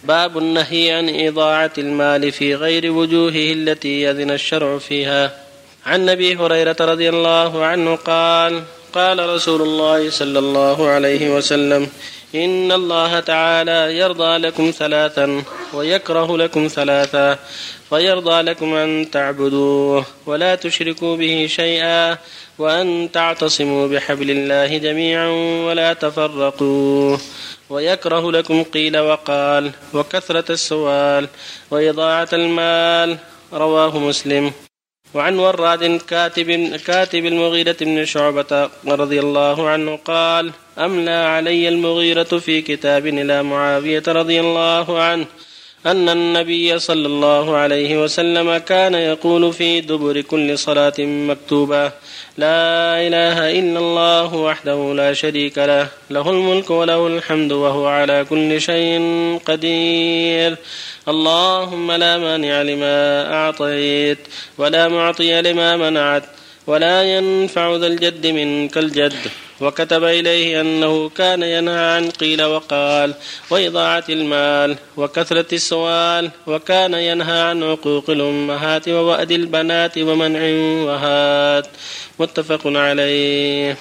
باب النهي عن إضاعة المال في غير وجوهه التي يذن الشرع فيها. عن أبي هريرة رضي الله عنه قال قال رسول الله صلى الله عليه وسلم إن الله تعالى يرضى لكم ثلاثا ويكره لكم ثلاثا، فيرضى لكم أن تعبدوه ولا تشركوا به شيئا، وأن تعتصموا بحبل الله جميعا ولا تفرقوا، ويكره لكم قيل وقال وكثرة السؤال وإضاعة المال. رواه مسلم. وعن وراد كاتب المغيرة بن شعبة رضي الله عنه قال أملى علي المغيرة في كتاب إلى معاوية رضي الله عنه أن النبي صلى الله عليه وسلم كان يقول في دبر كل صلاة مكتوبة لا إله إلا الله وحده لا شريك له، له الملك وله الحمد وهو على كل شيء قدير، اللهم لا مانع لما أعطيت ولا معطي لما منعت ولا ينفع ذا الجد منك الجد. وكتب إليه أنه كان ينهى عن قيل وقال وإضاعة المال وكثرة السؤال، وكان ينهى عن عقوق الأمهات ووأد البنات ومنع وهات. متفق عليه.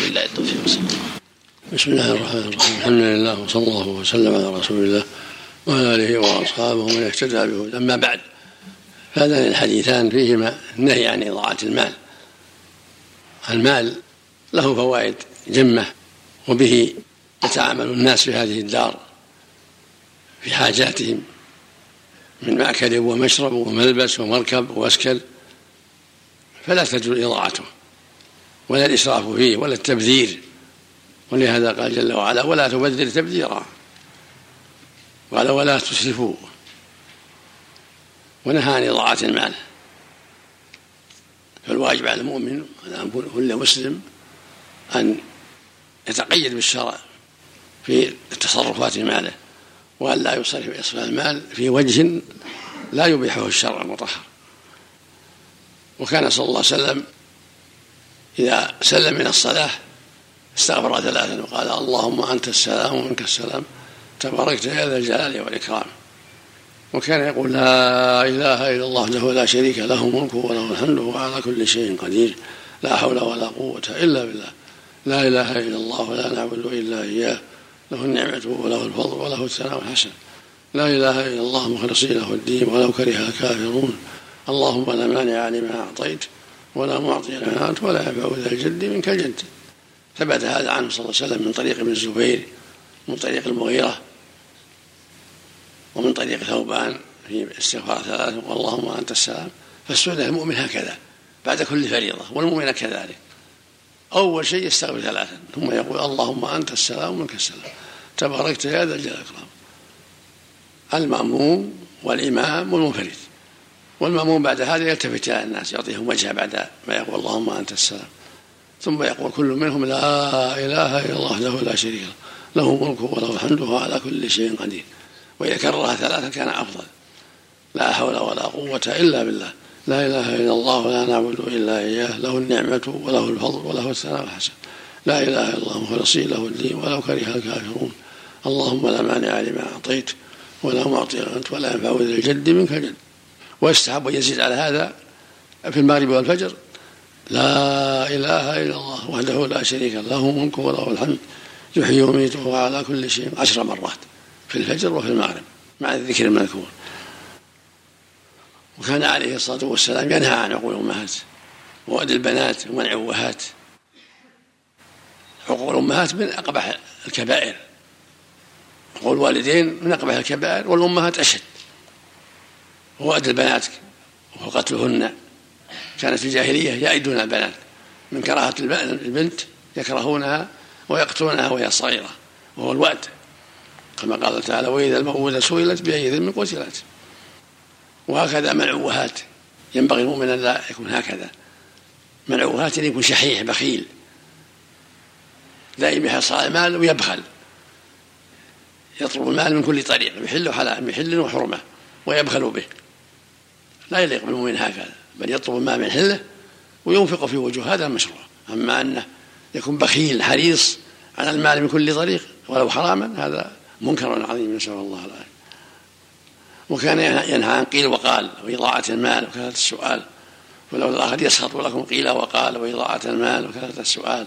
بسم الله الرحمن الرحيم. الحمد لله وصلى الله وسلم على رسول الله وعلى آله وأصحابه ومن اهتدى بهداه. أما بعد، فهذان الحديثان فيهما النهي عن إضاعة المال. المال له فوائد جمة، وبه يتعامل الناس في هذه الدار في حاجاتهم من مأكل ومشرب وملبس ومركب ومسكن، فلا تجوز إضاعته ولا الإسراف فيه ولا التبذير. ولهذا قال جل وعلا ولا تبذر تبذيرا، قال ولا تسرفوا، ونهى عن إضاعة المال. فالواجب على المؤمن كل مسلم أن يتقيد بالشرع في تصرفات ماله، وأن لا يصرف المال في وجه لا يبيحه الشرع المطهر. وكان صلى الله عليه وسلم إذا سلم من الصلاة استغفر ثلاثا وقال اللهم أنت السلام ومنك السلام تباركت يا ذا الجلال والإكرام. وكان يقول لا إله إلا الله وحده لا شريك له الملك وله الحمد وهو على كل شيء قدير، لا حول ولا قوة إلا بالله، لا إله إلا الله ولا نعبد إلا إياه، له النعمة وله الفضل وله الثناء الحسن، لا إله إلا الله مخلصين له الدين ولو كره الكافرون، اللهم لا مانع لما أعطيت ولا معطي لما أعطيت ولا ينفع ذا الجد منك الجد. ثبت هذا عنه صلى الله عليه وسلم من طريق ابن الزبير، من طريق المغيرة، ومن طريق ثوبان في استغفار ثلاثة اللهم أنت السلام. فالسنة المؤمن هكذا بعد كل فريضة، والمؤمن كذلك أول شيء يستغفر ثلاثا ثم يقول اللهم أنت السلام ومنك السلام تباركت يا ذا الجلال والإكرام. المأموم والإمام والمنفرد، والمأموم بعد هذا يلتفت إلى الناس يعطيهم وجهه بعد ما يقول اللهم أنت السلام، ثم يقول كل منهم لا إله إلا الله وحده لا شريك له، له ملك وله الحمد وهو على كل شيء قدير. وإذا كررها ثلاثا كان أفضل، لا حول ولا قوة إلا بالله، لا إله إلا الله ولا نعبد إلا إياه، له النعمة وله الفضل وله الثناء الحسن، لا إله إلا الله مخلصين له الدين ولو كره الكافرون، اللهم لا مانع لما أعطيت ولا معطي لما أنت ولا ينفع ذا الجد منك الجد. ويستحب يزيد على هذا في المغرب والفجر لا إله إلا الله وحده لا شريك له الملك وله الحمد يحيي ويميت وهو على كل شيء 10 مرات في الفجر وفي المغرب مع الذكر المذكور. وكان عليه الصلاة والسلام ينهى عن عقوق الأمهات ووأد البنات ومنع الوهات. عقوق الأمهات من أقبح الكبائر، عقوق الوالدين من أقبح الكبائر، والأمهات أشد. ووأد البنات وقتلهن، كانت في الجاهلية يأيدون البنات من كراهة البنت، يكرهونها ويقتلونها وهي صغيرة، وهو الوأد كما قال تعالى وإذا الموءودة سئلت بأي ذنب قتلت. وهكذا منع الوهات، ينبغي المؤمن أن لا يكون هكذا. منع الوهات أن يكون شحيح بخيل دائما يحصل على المال ويبخل، يطلب المال من كل طريق بحل وحلال بحل وحرمة ويبخل به. لا يليق بالمؤمن هكذا، بل يطلب المال من حله وينفق في وجوه، هذا مشروع. أما أنه يكون بخيل حريص على المال من كل طريق ولو حراما، هذا منكر عظيم، نسأل الله العافية. وكان ينهى عن قيل وقال وإضاعة المال وكثرة السؤال، ولو الآخر يسخط لكم قيل وقال وإضاعة المال وكثرة السؤال،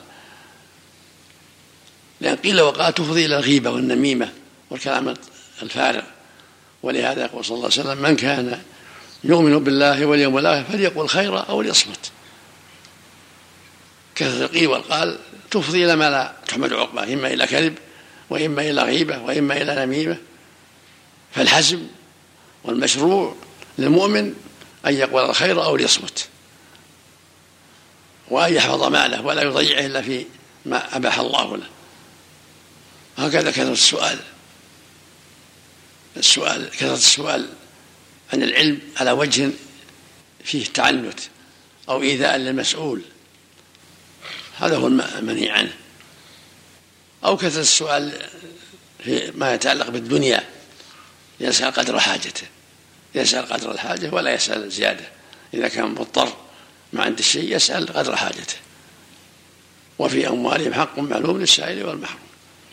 لأن قيل وقال تفضي إلى الغيبة والنميمة والكلام الفارغ. ولهذا يقول صلى الله عليه وسلم: من كان يؤمن بالله واليوم الآخر فليقل خيرا أو ليصمت. كثرة القيل والقال تفضي إلى ما لا تحمد عقباه، إما إلى كذب وإما إلى غيبة وإما إلى نميمة. فالحزم والمشروع للمؤمن أن يقول الخير أو ليصمت، وأن يحفظ ماله ولا يضيعه إلا في ما أباح الله له. هكذا كثرة كثرة السؤال عن العلم على وجه فيه تعنت أو إيذاء للمسؤول، هذا هو المنهي عنه. أو كثرة السؤال في ما يتعلق بالدنيا، يسأل قدر حاجته، يسأل قدر الحاجة ولا يسأل زيادة. إذا كان مضطر ما عند الشيء يسأل قدر حاجته. وفي أموالهم حق معلوم للسائل والمحروم.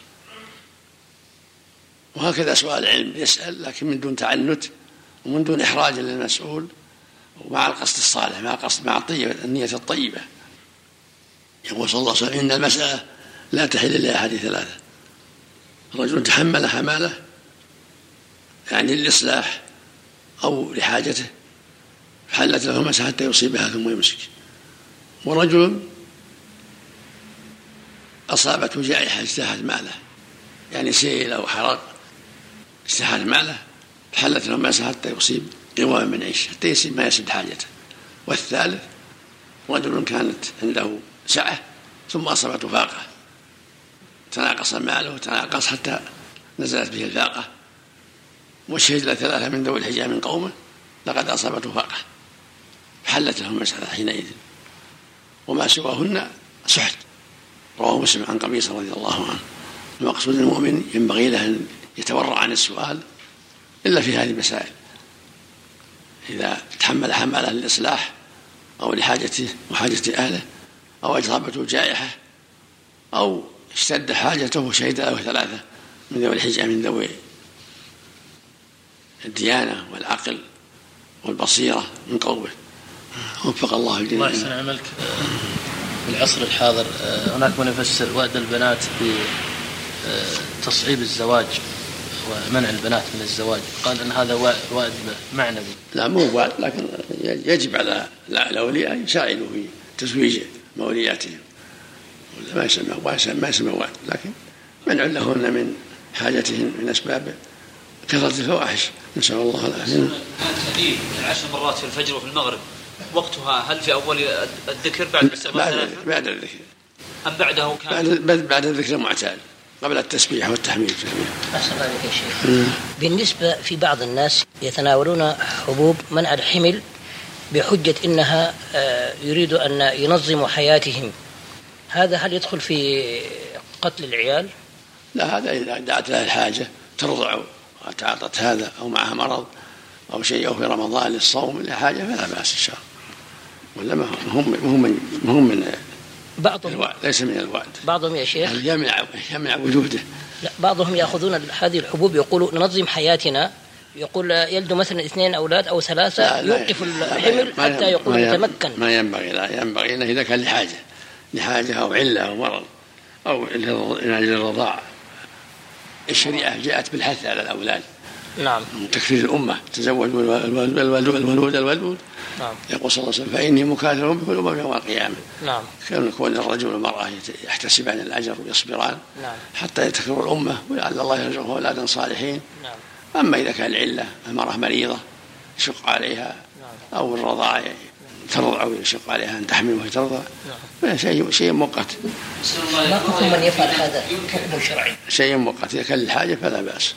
وهكذا سؤال علم يسأل لكن من دون تعنت ومن دون إحراج للمسؤول، ومع القصد الصالح، مع النية الطيبة. يقول صلى الله عليه وسلم: إن المسألة لا تحل لأحد ثلاثة: رجل تحمل حمالة يعني للإصلاح أو لحاجته فحلت له المسألة حتى يصيبها ثم يمسك، ورجل أصابته جائحة اجتاحت ماله يعني سيل أو حرق اجتاحت ماله فحلت له المسألة حتى يصيب قواما من عيش حتى يصيب ما يسد حاجته. والثالث رجل كانت عنده سعة ثم أصابته فاقة، تناقص ماله وتناقص حتى نزلت به الفاقة، والشهد له 3 من ذوي الحجة من قومه لقد أصابته فاقة فحلت له المسألة حينئذ، وما سواهن سحت. رواه مسلم عن قبيصة رضي الله عنه. المقصود المؤمن ينبغي له أن يتورع عن السؤال إلا في هذه المسائل: إذا تحمل حمله للإصلاح أو لحاجته وحاجة أهله، أو أصابته جائحة، أو اشتد حاجته وشهد له 3 من ذوي الحجة من ذوي الديانة والعقل والبصيرة من قومه. وفق الله الجميع. الله يحسن عملك. في العصر الحاضر هناك من يفسر وعد البنات بتصعيب الزواج ومنع البنات من الزواج، قال أن هذا وعد معنوي. لا مو وعد، لكن يجب على الأولياء أن يساعدوا في تزويج مولياتهم، ما يسمى وعد، لكن منع لهن من حاجتهن من أسباب كثرة الفواحش، نسأل الله العافية. هذه 10 مرات في الفجر وفي المغرب وقتها هل في أول الذكر بعد الذكر أم بعده؟ كان بعد الذكر المعتاد قبل التسبيح والتحميد. أحسن عليك يا شيخ. بالنسبة في بعض الناس يتناولون حبوب منع الحمل بحجة إنها يريد أن ينظموا حياتهم، هذا هل يدخل في قتل العيال؟ لا، هذا إذا دعت لها الحاجة ترضع وتعاطت هذا أو معها مرض أو شيء أو في رمضان للصوم لحاجة فلا بأس إن شاء الله، ولا مهم من بعضهم الوعد، ليس من الوعد. بعضهم يا شيخ يمنع وجوده. لا، بعضهم يأخذون هذه الحبوب يقولوا ننظم حياتنا، يقول يلد مثلا 2 أولاد أو 3 يوقف الحمل حتى يقول يتمكن. ما ينبغي، لا ينبغي إنه إذا كان لحاجة أو علة أو مرض أو للرضاعة. الشريعة جاءت بالحث على الأولاد. نعم. تكفير الأمة، تزوج الولود. نعم. يقول صلى الله عليه وسلم: فإني مكاثر بكم الأمم يوم القيامة. نعم. كون الرجل والمرأة يحتسبان الأجر ويصبران. نعم. حتى تكثر الأمة ولعل الله يرزقه أولادا صالحين. نعم. أما إذا كان العلة المرأة مريضة يشق عليها. نعم. أو الرضاعة ترضع ويشق عليها أن تحمل وهي ترضع. نعم. شيء مؤقت. ما حكم من يفعل هذا؟ حكم شرعي. شيء مؤقت، إذا كان الحاجة فلا بأس.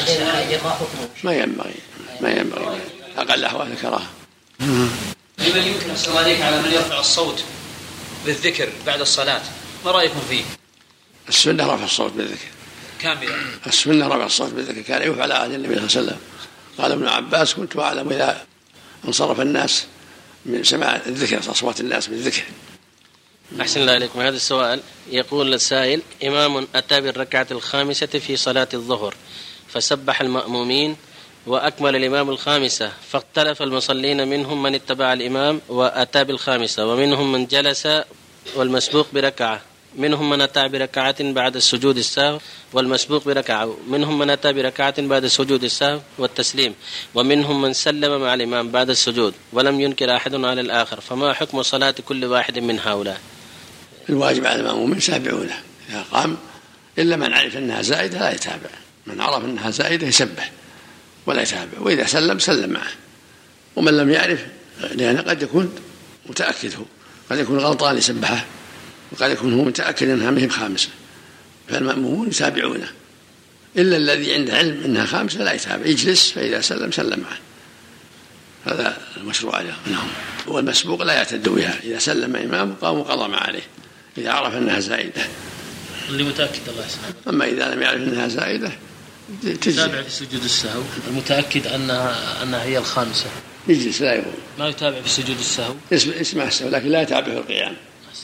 ما ينبغي أقل أحوال الكراهة. لمن يمكن أحسن عليك على من يرفع الصوت بالذكر بعد الصلاة، ما رأيكم فيه؟ السنة رفع الصوت بالذكر كاملا. السنة رفع الصوت بالذكر كان يفعل على النبي صلى الله عليه وسلم. قال ابن عباس: كنت أعلم إذا انصرف الناس من سماع الذكر، أصوات الناس بالذكر. أحسن الله إليكم. هذا السؤال يقول السائل: إمام أتى بالركعة 5 في صلاة الظهر فسبح المأمومين وأكمل الإمام الخامسة، فاختلف المصلين منهم من اتبع الإمام وأتى بالخامسة، ومنهم من جلس والمسبوق بركعة، منهم من أتى بركعة بعد السجود السهو والمسبوق بركعة، منهم من أتى بركعة بعد السجود السهو والتسليم، ومنهم من سلم مع الإمام بعد السجود، ولم ينكر أحد على الآخر. فما حكم صلاة كل واحد من هؤلاء؟ الواجب على المأمومين يتابعونه إذا قام، إلا من عرف أنها زائدة لا يتابع، من عرف أنها زائدة يسبح ولا يتابع، وإذا سلم معه. ومن لم يعرف، لأن قد يكون متأكد، هو قد يكون غلطان يسبحه، وقد يكون هو متأكد أنها مهم خامسة، فالمأمومون يتابعونه، إلا الذي عنده علم أنها خامسة لا يتابع، يجلس فإذا سلم معه، هذا المشروع لهم. والمسبوق لا يعتد بها، إذا سلم إمامه قام وقضى ما عليه إذا عرف أنها زائدة. اللي متأكد الله يسلمك. أما إذا لم يعرف أنها زائدة يتابع في سجود السهو، المتأكد أنها هي الخامسة يجلس لا يقوم، ما يتابع في سجود السهو، يسمع السهو لكن لا يتابع في القيام،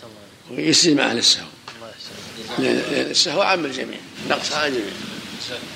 ويسلم أهل السهو، لأن السهو عام الجميع، نقص عام الجميع.